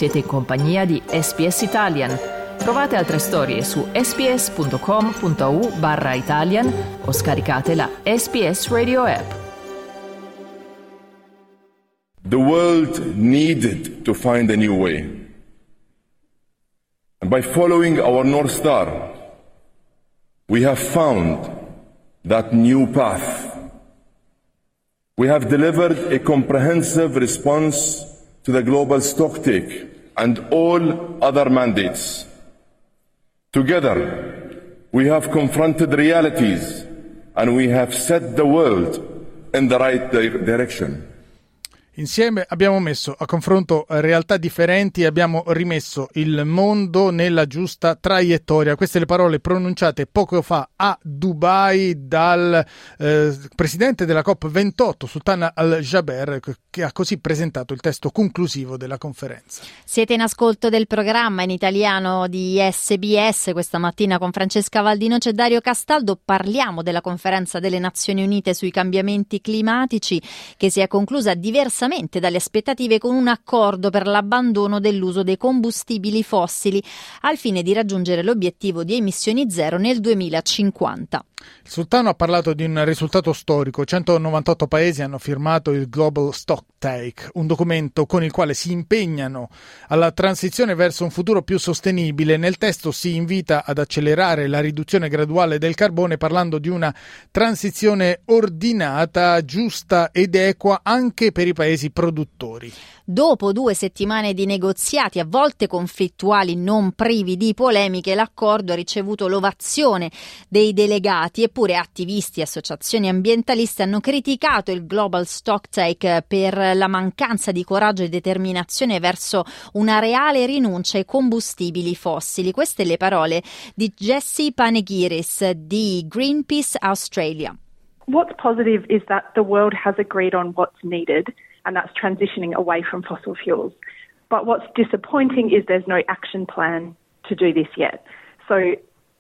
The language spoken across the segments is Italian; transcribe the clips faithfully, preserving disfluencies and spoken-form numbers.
Siete in compagnia di S B S Italian. Trovate altre storie su sbs.com.au barra Italian o scaricate la S B S Radio app. The world needed to find a new way. And by following our North Star, we have found that new path. We have delivered a comprehensive response to the global stocktake and all other mandates. Together, we have confronted realities and we have set the world in the right di- direction. Insieme abbiamo messo a confronto realtà differenti e abbiamo rimesso il mondo nella giusta traiettoria. Queste le parole pronunciate poco fa a Dubai dal eh, presidente della COP ventotto, Sultan Al-Jaber, che ha così presentato il testo conclusivo della conferenza. Siete in ascolto del programma in italiano di S B S. Questa mattina con Francesca Valdinoci e Dario Castaldo parliamo della conferenza delle Nazioni Unite sui cambiamenti climatici, che si è conclusa diversamente dalle aspettative con un accordo per l'abbandono dell'uso dei combustibili fossili al fine di raggiungere l'obiettivo di emissioni zero nel duemilacinquanta. Il sultano ha parlato di un risultato storico. centonovantotto paesi hanno firmato il Global Stocktake, un documento con il quale si impegnano alla transizione verso un futuro più sostenibile. Nel testo si invita ad accelerare la riduzione graduale del carbone, parlando di una transizione ordinata, giusta ed equa anche per i paesi produttori. Dopo due settimane di negoziati, a volte conflittuali, non privi di polemiche, l'accordo ha ricevuto l'ovazione dei delegati, eppure attivisti e associazioni ambientaliste hanno criticato il Global Stocktake per la mancanza di coraggio e determinazione verso una reale rinuncia ai combustibili fossili. Queste le parole di Jessie Paneghiris di Greenpeace Australia. What's positive is that the world has agreed on what's needed, and that's transitioning away from fossil fuels. But what's disappointing is there's no action plan to do this yet. So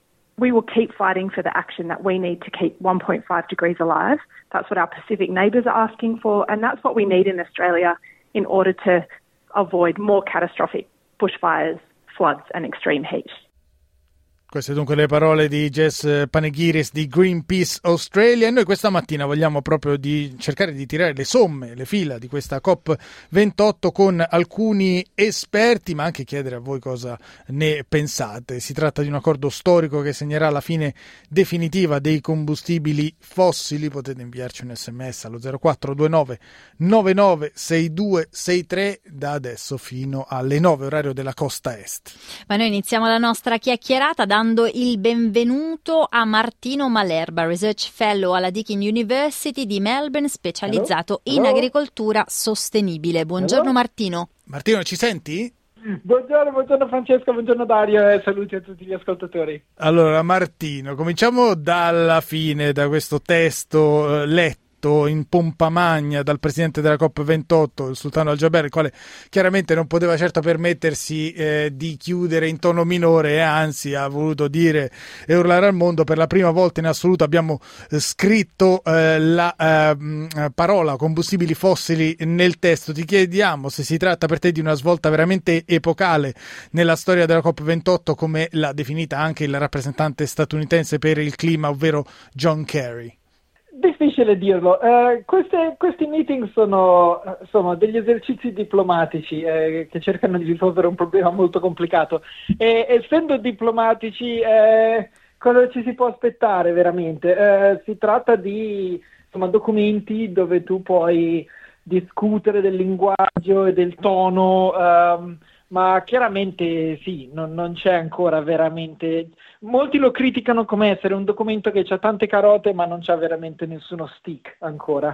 we will keep fighting for the action that we need to keep one point five degrees alive. That's what our Pacific neighbours are asking for, and that's what we need in Australia in order to avoid more catastrophic bushfires, floods and extreme heat. Queste dunque le parole di Jess Paneghiris di Greenpeace Australia, e noi questa mattina vogliamo proprio di cercare di tirare le somme, le fila di questa COP ventotto con alcuni esperti, ma anche chiedere a voi cosa ne pensate. Si tratta di un accordo storico che segnerà la fine definitiva dei combustibili fossili. Potete inviarci un sms allo zero quattro due nove nove nove sei due sei tre da adesso fino alle nove, orario della costa est. Ma noi iniziamo la nostra chiacchierata da dando il benvenuto a Martino Malerba, Research Fellow alla Deakin University di Melbourne, specializzato Hello? in Hello? agricoltura sostenibile. Buongiorno Hello? Martino. Martino, ci senti? Buongiorno, buongiorno Francesca, buongiorno Dario e saluti a tutti gli ascoltatori. Allora Martino, cominciamo dalla fine, da questo testo eh, letto in pompa magna dal presidente della COP ventotto, il Sultano Al-Jaber, il quale chiaramente non poteva certo permettersi eh, di chiudere in tono minore, e anzi ha voluto dire e urlare al mondo: per la prima volta in assoluto abbiamo eh, scritto eh, la eh, parola combustibili fossili nel testo. Ti chiediamo se si tratta per te di una svolta veramente epocale nella storia della COP ventotto, come l'ha definita anche il rappresentante statunitense per il clima, ovvero John Kerry. Difficile dirlo. Uh, queste, questi meeting sono, sono degli esercizi diplomatici eh, che cercano di risolvere un problema molto complicato. E essendo diplomatici, eh, cosa ci si può aspettare veramente? Eh, si tratta di insomma, documenti dove tu puoi discutere del linguaggio e del tono, um, ma chiaramente sì, non, non c'è ancora veramente. Molti lo criticano come essere un documento che ha tante carote ma non c'ha veramente nessuno stick ancora,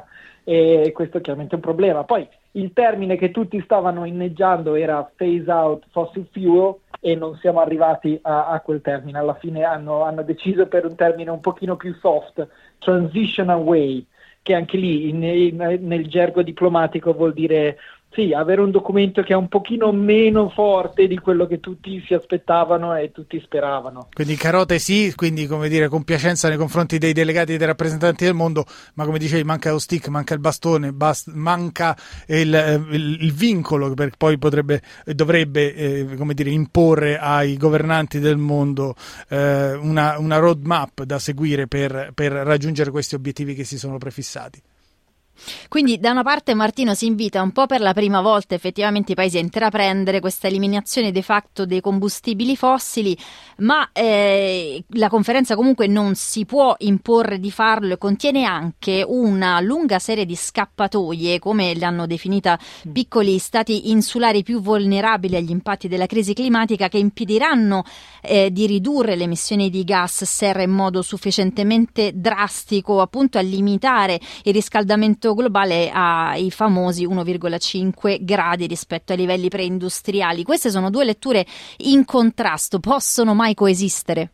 e questo è chiaramente un problema. Poi il termine che tutti stavano inneggiando era phase out fossil fuel e non siamo arrivati a, a quel termine. Alla fine hanno, hanno deciso per un termine un pochino più soft, transition away, che anche lì in, in, nel gergo diplomatico vuol dire sì, avere un documento che è un pochino meno forte di quello che tutti si aspettavano e tutti speravano. Quindi carote sì, quindi come dire compiacenza nei confronti dei delegati e dei rappresentanti del mondo, ma come dicevi manca lo stick, manca il bastone, bast- manca il, il, il vincolo che per poi potrebbe dovrebbe eh, come dire imporre ai governanti del mondo eh, una, una roadmap da seguire per, per raggiungere questi obiettivi che si sono prefissati. Quindi da una parte Martino si invita un po' per la prima volta effettivamente i paesi a intraprendere questa eliminazione de facto dei combustibili fossili, ma eh, la conferenza comunque non si può imporre di farlo e contiene anche una lunga serie di scappatoie, come l'hanno definita piccoli stati insulari più vulnerabili agli impatti della crisi climatica, che impediranno eh, di ridurre le emissioni di gas serra in modo sufficientemente drastico appunto a limitare il riscaldamento globale ai famosi uno virgola cinque gradi rispetto ai livelli preindustriali. Queste sono due letture in contrasto, possono mai coesistere?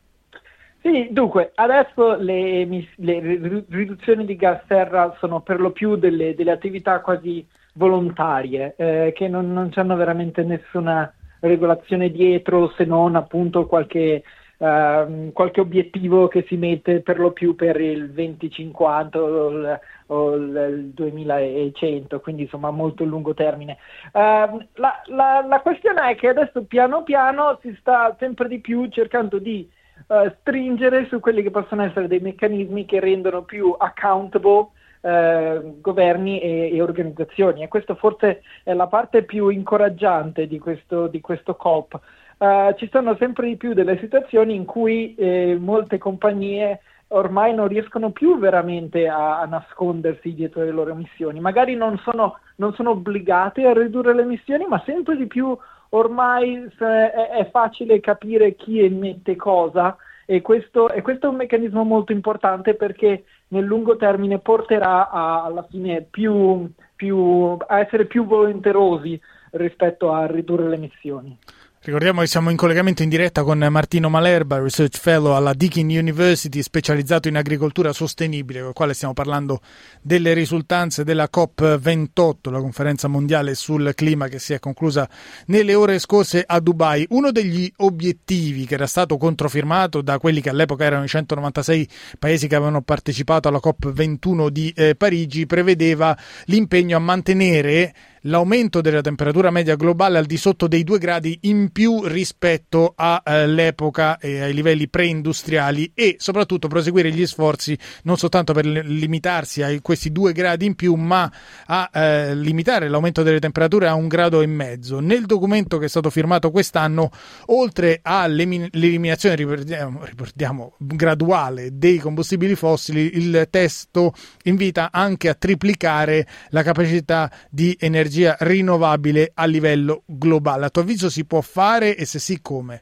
Sì, dunque, adesso le, le riduzioni di gas serra sono per lo più delle, delle attività quasi volontarie, eh, che non, non hanno veramente nessuna regolazione dietro, se non appunto qualche Uh, qualche obiettivo che si mette per lo più per il duemilacinquanta o il, o il duemilacento, quindi insomma molto lungo termine. Uh, la, la, la questione è che adesso piano piano si sta sempre di più cercando di uh, stringere su quelli che possono essere dei meccanismi che rendono più accountable Uh, governi e, e organizzazioni, e questo forse è la parte più incoraggiante di questo, di questo COP. Uh, ci sono sempre di più delle situazioni in cui eh, molte compagnie ormai non riescono più veramente a, a nascondersi dietro le loro emissioni, magari non sono, non sono obbligate a ridurre le emissioni, ma sempre di più ormai è, è facile capire chi emette cosa, e questo, e questo è un meccanismo molto importante perché nel lungo termine porterà a, alla fine più, più, a essere più volenterosi rispetto a ridurre le emissioni. Ricordiamo che siamo in collegamento in diretta con Martino Malerba, Research Fellow alla Deakin University, specializzato in agricoltura sostenibile, con il quale stiamo parlando delle risultanze della COP ventotto, la conferenza mondiale sul clima che si è conclusa nelle ore scorse a Dubai. Uno degli obiettivi che era stato controfirmato da quelli che all'epoca erano i centonovantasei paesi che avevano partecipato alla COP ventuno di eh, Parigi prevedeva l'impegno a mantenere l'aumento della temperatura media globale al di sotto dei due gradi in più rispetto all'epoca e ai livelli preindustriali, e soprattutto proseguire gli sforzi non soltanto per limitarsi a questi due gradi in più, ma a eh, limitare l'aumento delle temperature a un grado e mezzo. Nel documento che è stato firmato quest'anno, oltre all'eliminazione, ricordiamo, ricordiamo graduale dei combustibili fossili, il testo invita anche a triplicare la capacità di energia rinnovabile a livello globale. A tuo avviso si può fare, e se sì, come?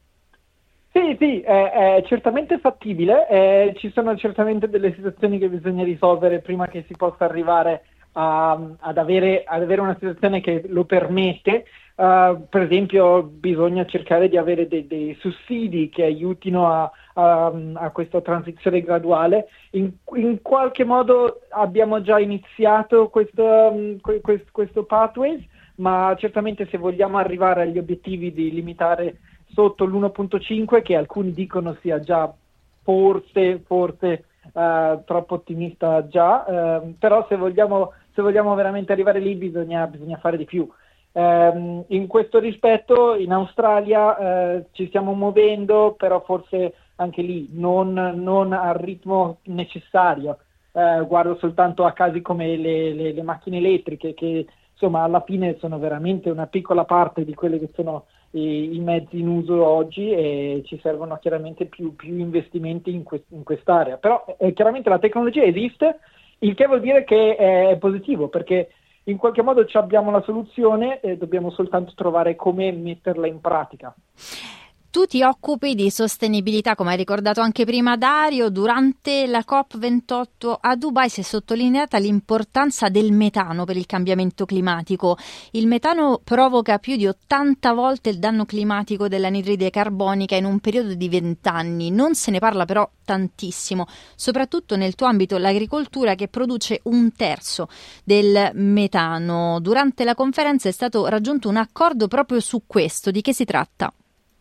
Sì, sì, è, è certamente fattibile, eh, ci sono certamente delle situazioni che bisogna risolvere prima che si possa arrivare a, ad, avere, ad avere una situazione che lo permette. Uh, per esempio bisogna cercare di avere dei, dei sussidi che aiutino a, a, a questa transizione graduale. In, in qualche modo abbiamo già iniziato questo, questo, questo pathways, ma certamente se vogliamo arrivare agli obiettivi di limitare sotto l'uno virgola cinque, che alcuni dicono sia già forse, forse uh, troppo ottimista già, uh, però se vogliamo, se vogliamo veramente arrivare lì bisogna, bisogna fare di più. Um, in questo rispetto in Australia uh, ci stiamo muovendo, però forse anche lì non, non al ritmo necessario. Uh, guardo soltanto a casi come le, le, le macchine elettriche, che insomma alla fine sono veramente una piccola parte di quelli che sono i, i mezzi in uso oggi, e ci servono chiaramente più, più investimenti in, quest, in quest'area. Però eh, chiaramente la tecnologia esiste, il che vuol dire che è positivo, perché in qualche modo ci abbiamo la soluzione e dobbiamo soltanto trovare come metterla in pratica. Tu ti occupi di sostenibilità, come hai ricordato anche prima Dario. Durante la COP ventotto a Dubai si è sottolineata l'importanza del metano per il cambiamento climatico. Il metano provoca più di ottanta volte il danno climatico dell'anidride carbonica in un periodo di vent'anni. Non se ne parla però tantissimo, soprattutto nel tuo ambito, l'agricoltura, che produce un terzo del metano. Durante la conferenza è stato raggiunto un accordo proprio su questo. Di che si tratta?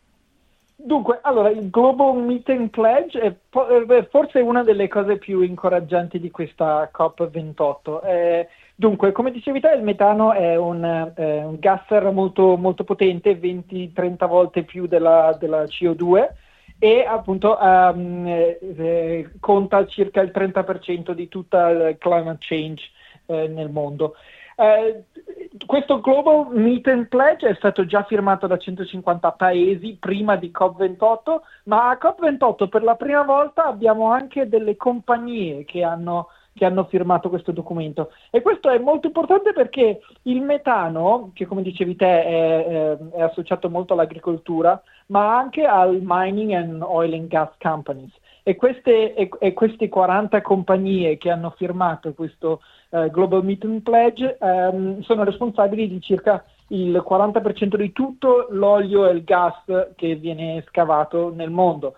Dunque, allora, il Global Methane Pledge è forse una delle cose più incoraggianti di questa COP ventotto. Eh, dunque, come dicevi te, il metano è un, eh, un gas serra molto, molto potente, venti trenta volte più della, della C O due, e appunto um, eh, conta circa il trenta per cento di tutta il climate change eh, nel mondo. Uh, questo Global Methane Pledge è stato già firmato da centocinquanta paesi prima di COP ventotto, ma a COP ventotto per la prima volta abbiamo anche delle compagnie che hanno, che hanno firmato questo documento, e questo è molto importante perché il metano, che come dicevi te è, è, è associato molto all'agricoltura, ma anche al mining and oil and gas companies, e queste, e, e queste quaranta compagnie che hanno firmato questo Uh, Global Methane Pledge um, sono responsabili di circa il quaranta per cento di tutto l'olio e il gas che viene scavato nel mondo.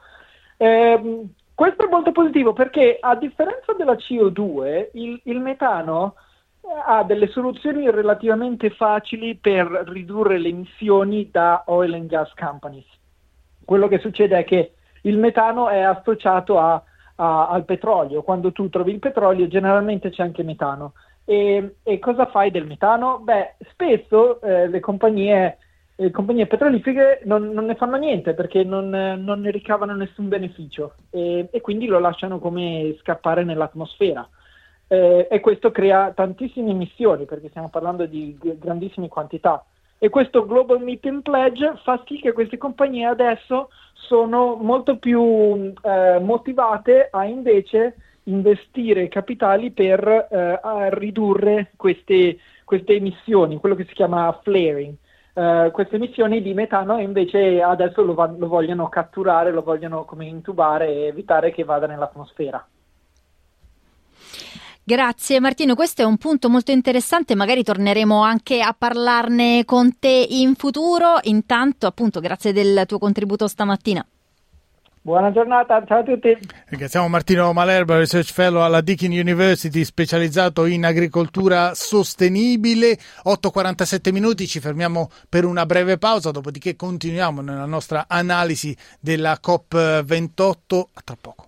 Um, questo è molto positivo perché, a differenza della C O due, il, il metano ha delle soluzioni relativamente facili per ridurre le emissioni da oil and gas companies. Quello che succede è che il metano è associato a A, al petrolio. Quando tu trovi il petrolio generalmente c'è anche metano. E, e cosa fai del metano? Beh, spesso eh, le compagnie le compagnie petrolifere non, non ne fanno niente perché non, non ne ricavano nessun beneficio, e, e quindi lo lasciano come scappare nell'atmosfera. Eh, e questo crea tantissime emissioni, perché stiamo parlando di grandissime quantità. E questo Global Methane Pledge fa sì che queste compagnie adesso sono molto più eh, motivate a invece investire capitali per eh, a ridurre queste, queste emissioni, quello che si chiama flaring. Uh, queste emissioni di metano invece adesso lo, va- lo vogliono catturare, lo vogliono come intubare e evitare che vada nell'atmosfera. Grazie Martino, questo è un punto molto interessante, magari torneremo anche a parlarne con te in futuro. Intanto, appunto, grazie del tuo contributo stamattina. Buona giornata, ciao a tutti. Ringraziamo Martino Malerba, Research Fellow alla Deakin University, specializzato in agricoltura sostenibile. otto e quarantasette minuti, ci fermiamo per una breve pausa, dopodiché continuiamo nella nostra analisi della COP ventotto. A tra poco.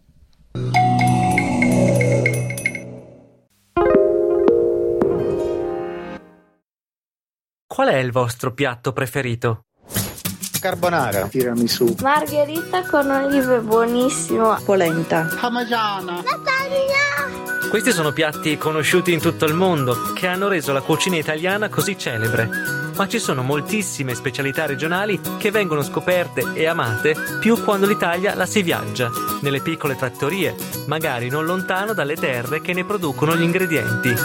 Qual è il vostro piatto preferito? Carbonara, tiramisù, margherita con olive, buonissimo, polenta, parmigiana, lasagna. Questi sono piatti conosciuti in tutto il mondo che hanno reso la cucina italiana così celebre. Ma ci sono moltissime specialità regionali che vengono scoperte e amate più quando l'Italia la si viaggia, nelle piccole trattorie, magari non lontano dalle terre che ne producono gli ingredienti.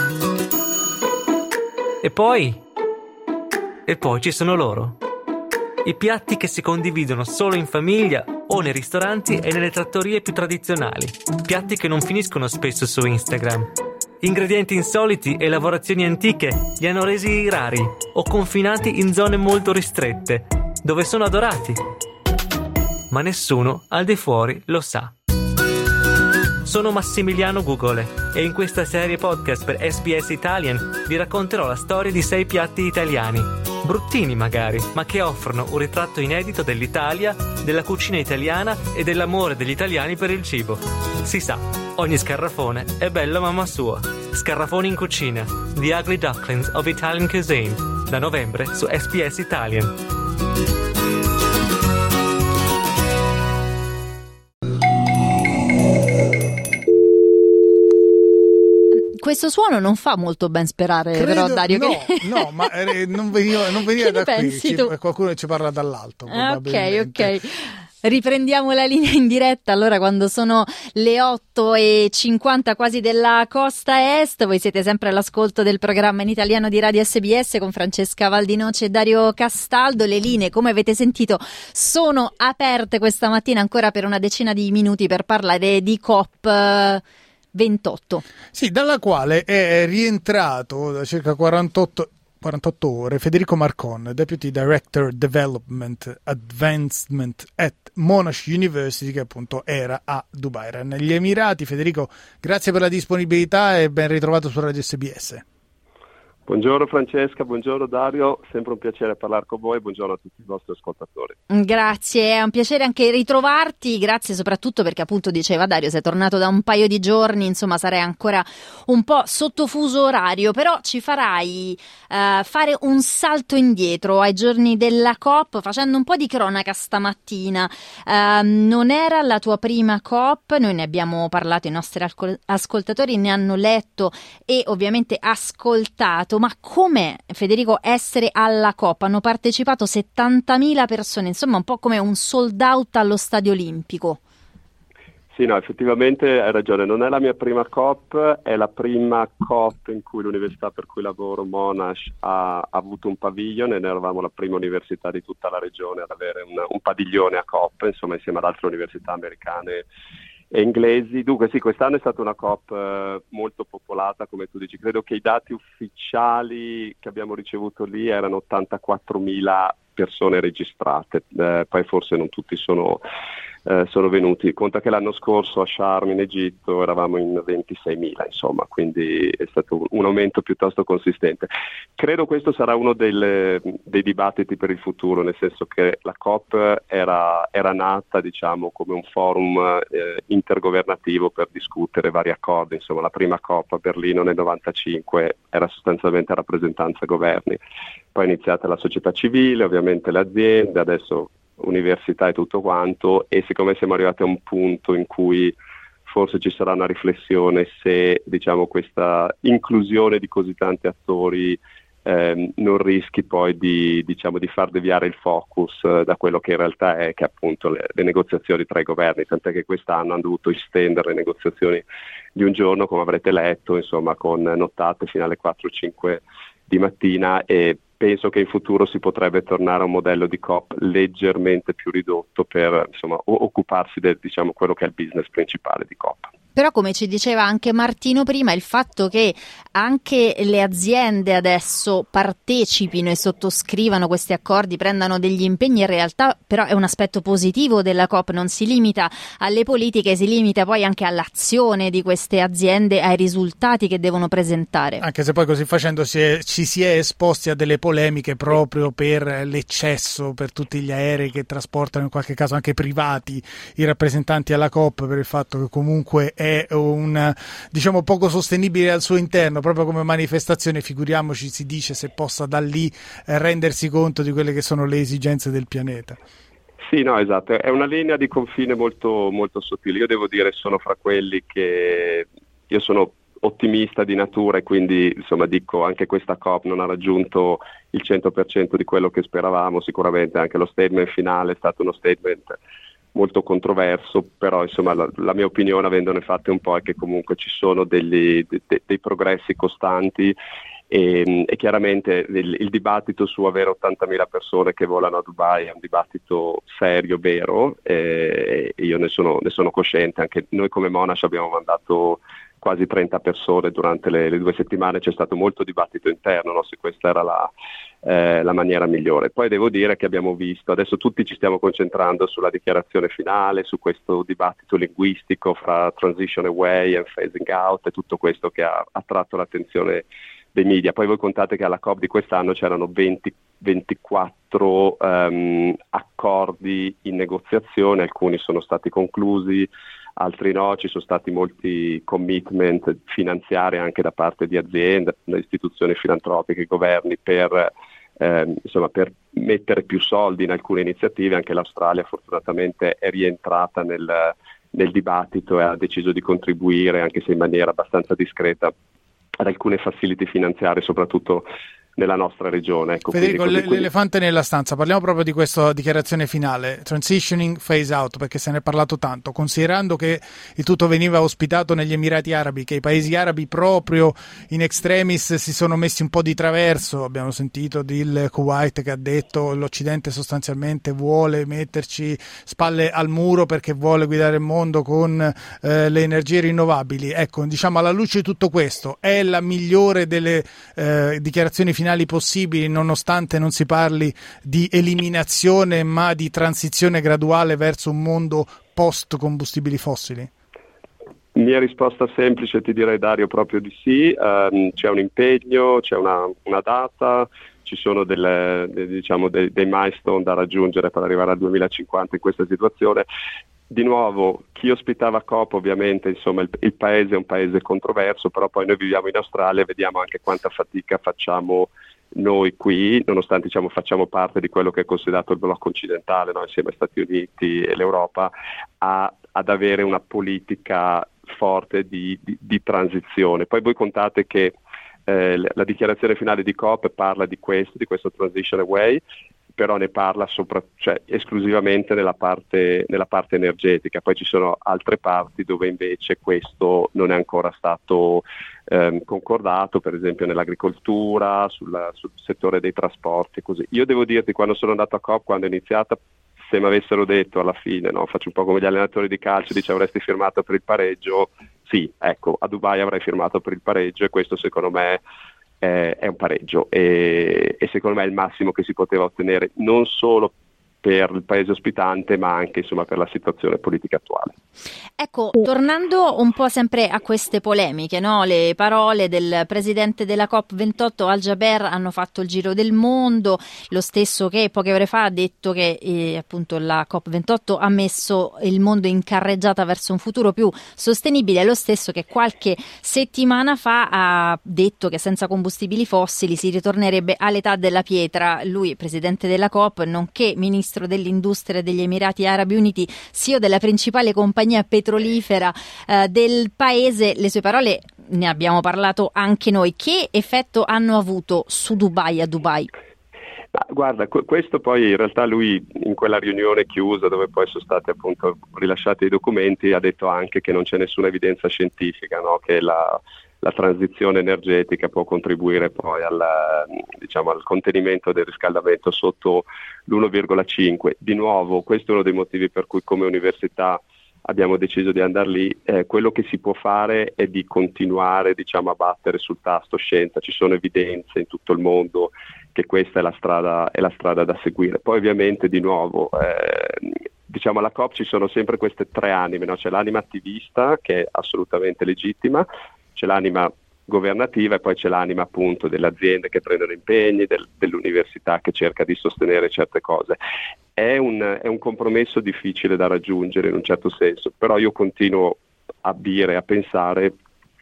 E poi... E poi ci sono loro. I piatti che si condividono solo in famiglia o nei ristoranti e nelle trattorie più tradizionali. Piatti che non finiscono spesso su Instagram. Ingredienti insoliti e lavorazioni antiche li hanno resi rari o confinati in zone molto ristrette, dove sono adorati. Ma nessuno al di fuori lo sa. Sono Massimiliano Gugole e in questa serie podcast per S B S Italian vi racconterò la storia di sei piatti italiani, bruttini magari, ma che offrono un ritratto inedito dell'Italia, della cucina italiana e dell'amore degli italiani per il cibo. Si sa, ogni scarrafone è bello a mamma sua. Scarrafoni in cucina, The Ugly Ducklings of Italian Cuisine, da novembre su S B S Italian. Questo suono non fa molto ben sperare, Credo, però Dario. No, che... no, ma eh, non veniva, non veniva da qui, pensi ci, tu? qualcuno ci parla dall'alto. Ah, ok, ok. Riprendiamo la linea in diretta allora quando sono le otto e cinquanta quasi della costa est. Voi siete sempre all'ascolto del programma in italiano di Radio S B S con Francesca Valdinoci e Dario Castaldo. Le linee, come avete sentito, sono aperte questa mattina ancora per una decina di minuti per parlare di COP ventotto. Sì, dalla quale è rientrato da circa quarantotto ore Federico Marcon, Deputy Director Development Advancement at Monash University, che appunto era a Dubai, era negli Emirati. Federico, grazie per la disponibilità e ben ritrovato su Radio S B S. Buongiorno Francesca, buongiorno Dario, sempre un piacere parlare con voi, buongiorno a tutti i vostri ascoltatori. Grazie, è un piacere anche ritrovarti, grazie soprattutto perché appunto diceva Dario, sei tornato da un paio di giorni, insomma sarai ancora un po' sotto fuso orario, però ci farai uh, fare un salto indietro ai giorni della COP facendo un po' di cronaca stamattina. Uh, non era la tua prima COP, noi ne abbiamo parlato, i nostri ascoltatori ne hanno letto e ovviamente ascoltato. Ma com'è, Federico, essere alla COP? Hanno partecipato settantamila persone, insomma un po' come un sold out allo Stadio Olimpico. Sì, no, effettivamente hai ragione, non è la mia prima COP, è la prima COP in cui l'università per cui lavoro, Monash, ha, ha avuto un padiglione, e noi eravamo la prima università di tutta la regione ad avere un, un padiglione a COP, insomma insieme ad altre università americane e inglesi. Dunque sì, quest'anno è stata una COP eh, molto popolata, come tu dici. Credo che i dati ufficiali che abbiamo ricevuto lì erano ottantaquattromila persone registrate, eh, poi forse non tutti sono, eh, sono venuti. Conta che l'anno scorso a Sharm in Egitto eravamo in ventiseimila, insomma, quindi è stato un, un aumento piuttosto consistente. Credo questo sarà uno delle, dei dibattiti per il futuro, nel senso che la COP era, era nata, diciamo, come un forum eh, intergovernativo per discutere vari accordi. Insomma, la prima COP a Berlino nel novantacinque era sostanzialmente rappresentanza governi, poi è iniziata la società civile, ovviamente le aziende, adesso università e tutto quanto, e siccome siamo arrivati a un punto in cui forse ci sarà una riflessione se, diciamo, questa inclusione di così tanti attori ehm, non rischi poi di, diciamo, di far deviare il focus eh, da quello che in realtà è, che appunto le, le negoziazioni tra i governi, tant'è che quest'anno hanno dovuto estendere le negoziazioni di un giorno, come avrete letto, insomma, con nottate fino alle quattro cinque di mattina, e penso che in futuro si potrebbe tornare a un modello di COP leggermente più ridotto per, insomma, occuparsi del, diciamo, quello che è il business principale di COP. Però, come ci diceva anche Martino prima, il fatto che anche le aziende adesso partecipino e sottoscrivano questi accordi, prendano degli impegni, in realtà però è un aspetto positivo della COP, non si limita alle politiche, si limita poi anche all'azione di queste aziende, ai risultati che devono presentare. Anche se poi così facendo si è, ci si è esposti a delle polemiche proprio per l'eccesso, per tutti gli aerei che trasportano, in qualche caso anche privati, i rappresentanti alla COP, per il fatto che comunque è un, diciamo, poco sostenibile al suo interno proprio come manifestazione. Figuriamoci, si dice, se possa da lì eh, rendersi conto di quelle che sono le esigenze del pianeta. Sì, no, esatto, è una linea di confine molto, molto sottile. Io devo dire, sono fra quelli che io sono ottimista di natura e quindi, insomma, dico, anche questa COP non ha raggiunto il cento per cento di quello che speravamo. Sicuramente anche lo statement finale è stato uno statement molto controverso, però insomma la, la mia opinione, avendone fatte un po', è che comunque ci sono degli, de, de, dei progressi costanti e, e chiaramente il, il dibattito su avere ottantamila persone che volano a Dubai è un dibattito serio, vero, e, e io ne sono, ne sono cosciente. Anche noi come Monash abbiamo mandato quasi trenta persone durante le, le due settimane, c'è stato molto dibattito interno, no? Se questa era la, eh, la maniera migliore. Poi devo dire che abbiamo visto, adesso tutti ci stiamo concentrando sulla dichiarazione finale, su questo dibattito linguistico fra transition away and phasing out e tutto questo che ha attratto l'attenzione dei media. Poi voi contate che alla COP di quest'anno c'erano venti, ventiquattro um, accordi in negoziazione, alcuni sono stati conclusi, altri no, ci sono stati molti commitment finanziari anche da parte di aziende, istituzioni filantropiche, governi per, eh, insomma, per mettere più soldi in alcune iniziative. Anche l'Australia fortunatamente è rientrata nel, nel dibattito e ha deciso di contribuire, anche se in maniera abbastanza discreta, ad alcune facility finanziarie, soprattutto nella nostra regione. Ecco, Federico, quindi, quindi... l'elefante nella stanza, parliamo proprio di questa dichiarazione finale, transitioning phase out, perché se ne è parlato tanto, considerando che il tutto veniva ospitato negli Emirati Arabi, che i paesi arabi proprio in extremis si sono messi un po' di traverso, abbiamo sentito del Kuwait che ha detto l'Occidente sostanzialmente vuole metterci spalle al muro perché vuole guidare il mondo con eh, le energie rinnovabili. Ecco, diciamo, alla luce di tutto questo, è la migliore delle eh, dichiarazioni finali possibili, nonostante non si parli di eliminazione ma di transizione graduale verso un mondo post combustibili fossili? Mia risposta semplice, ti direi, Dario, proprio di sì. Um, c'è un impegno, c'è una, una data, ci sono delle, de, diciamo dei, dei milestone da raggiungere per arrivare al duemilacinquanta in questa situazione. Di nuovo, chi ospitava COP, ovviamente, insomma, il, il paese è un paese controverso, però poi noi viviamo in Australia e vediamo anche quanta fatica facciamo noi qui, nonostante, diciamo, facciamo parte di quello che è considerato il blocco occidentale, no? Insieme agli Stati Uniti e l'Europa, a, ad avere una politica forte di, di, di transizione. Poi voi contate che eh, la dichiarazione finale di COP parla di questo, di questo transition away, però ne parla sopra, cioè, esclusivamente nella parte, nella parte energetica. Poi ci sono altre parti dove invece questo non è ancora stato ehm, concordato, per esempio nell'agricoltura, sulla, sul settore dei trasporti e così. Io devo dirti, quando sono andato a COP, quando è iniziata, se mi avessero detto alla fine, no, faccio un po' come gli allenatori di calcio, dice avresti firmato per il pareggio, sì, ecco, a Dubai avrei firmato per il pareggio e questo secondo me è un pareggio e, e secondo me è il massimo che si poteva ottenere, non solo per il paese ospitante ma anche, insomma, per la situazione politica attuale. Ecco, tornando un po' sempre a queste polemiche, no? Le parole del presidente della COP ventotto Al-Jaber hanno fatto il giro del mondo, lo stesso che poche ore fa ha detto che eh, appunto la COP ventotto ha messo il mondo in carreggiata verso un futuro più sostenibile, lo stesso che qualche settimana fa ha detto che senza combustibili fossili si ritornerebbe all'età della pietra. Lui, presidente della COP, nonché ministro dell'industria degli Emirati Arabi Uniti, C E O della principale compagnia petrolifera eh, del paese. Le sue parole ne abbiamo parlato anche noi. Che effetto hanno avuto su Dubai, a Dubai? Ma guarda, questo poi in realtà lui in quella riunione chiusa dove poi sono stati appunto rilasciati i documenti ha detto anche che non c'è nessuna evidenza scientifica, no? Che la la transizione energetica può contribuire poi al, diciamo, al contenimento del riscaldamento sotto l'uno virgola cinque. Di nuovo, questo è uno dei motivi per cui come università abbiamo deciso di andare lì. Eh, quello che si può fare è di continuare, diciamo, a battere sul tasto scienza. Ci sono evidenze in tutto il mondo che questa è la strada, è la strada da seguire. Poi ovviamente, di nuovo, eh, diciamo alla COP ci sono sempre queste tre anime, no? C'è l'anima attivista che è assolutamente legittima, c'è l'anima governativa e poi c'è l'anima appunto delle aziende che prendono impegni, del, dell'università che cerca di sostenere certe cose. È un, è un compromesso difficile da raggiungere in un certo senso, però io continuo a dire, a pensare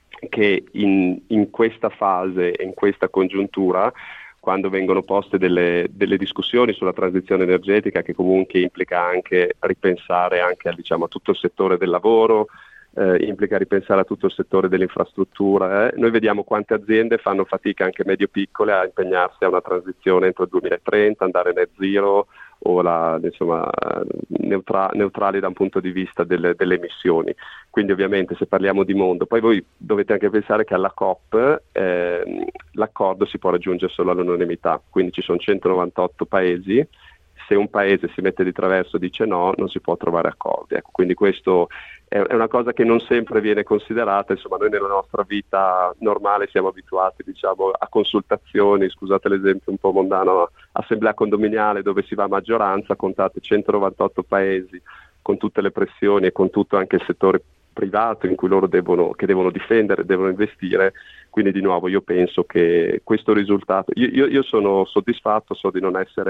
che in, in questa fase e in questa congiuntura, quando vengono poste delle, delle discussioni sulla transizione energetica, che comunque implica anche ripensare anche a, diciamo, a tutto il settore del lavoro, Eh, implica ripensare a tutto il settore dell'infrastruttura. Eh. Noi vediamo quante aziende fanno fatica, anche medio-piccole, a impegnarsi a una transizione entro il duemilatrenta, andare net zero o la, insomma, neutra- neutrali da un punto di vista delle, delle emissioni. Quindi ovviamente se parliamo di mondo, poi voi dovete anche pensare che alla COP eh, l'accordo si può raggiungere solo all'unanimità, quindi ci sono centonovantotto paesi. Se un paese si mette di traverso e dice no, non si può trovare accordi. Ecco, quindi questo è una cosa che non sempre viene considerata. Insomma, noi nella nostra vita normale siamo abituati, diciamo, a consultazioni, scusate l'esempio un po' mondano, assemblea condominiale dove si va a maggioranza, contate centonovantotto paesi con tutte le pressioni e con tutto anche il settore privato in cui loro devono, che devono difendere, devono investire. Quindi di nuovo io penso che questo risultato, io, io, io sono soddisfatto, so di non essere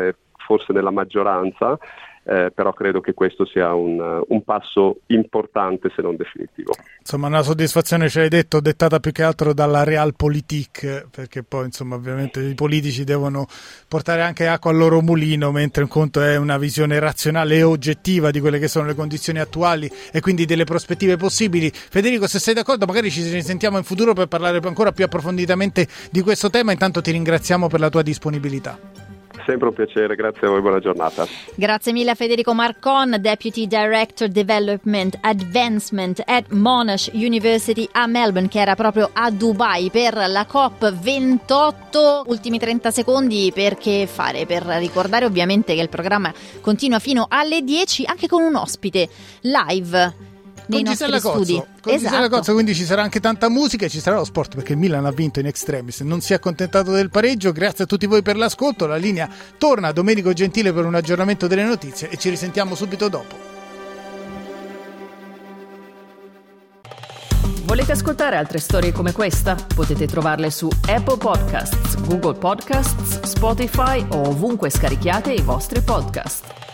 forse nella maggioranza, eh, però credo che questo sia un, un passo importante se non definitivo. Insomma, una soddisfazione, ce l'hai detto, dettata più che altro dalla realpolitik, perché poi insomma ovviamente i politici devono portare anche acqua al loro mulino, mentre un conto è una visione razionale e oggettiva di quelle che sono le condizioni attuali e quindi delle prospettive possibili. Federico, se sei d'accordo magari ci risentiamo in futuro per parlare ancora più approfonditamente di questo tema. Intanto ti ringraziamo per la tua disponibilità. Sempre un piacere, grazie a voi, buona giornata. Grazie mille a Federico Marcon, Deputy Director Development Advancement at Monash University a Melbourne, che era proprio a Dubai per la COP ventotto. Ultimi trenta secondi per che fare, per ricordare ovviamente che il programma continua fino alle dieci, anche con un ospite live nei con nostri Gisella studi. Cozzo, con esatto. Gisella Cozzo, quindi ci sarà anche tanta musica e ci sarà lo sport, perché il Milan ha vinto in extremis, non si è accontentato del pareggio. Grazie a tutti voi per l'ascolto. La linea torna a Domenico Gentile per un aggiornamento delle notizie e ci risentiamo subito dopo. Volete ascoltare altre storie come questa? Potete trovarle su Apple Podcasts, Google Podcasts, Spotify o ovunque scarichiate i vostri podcast.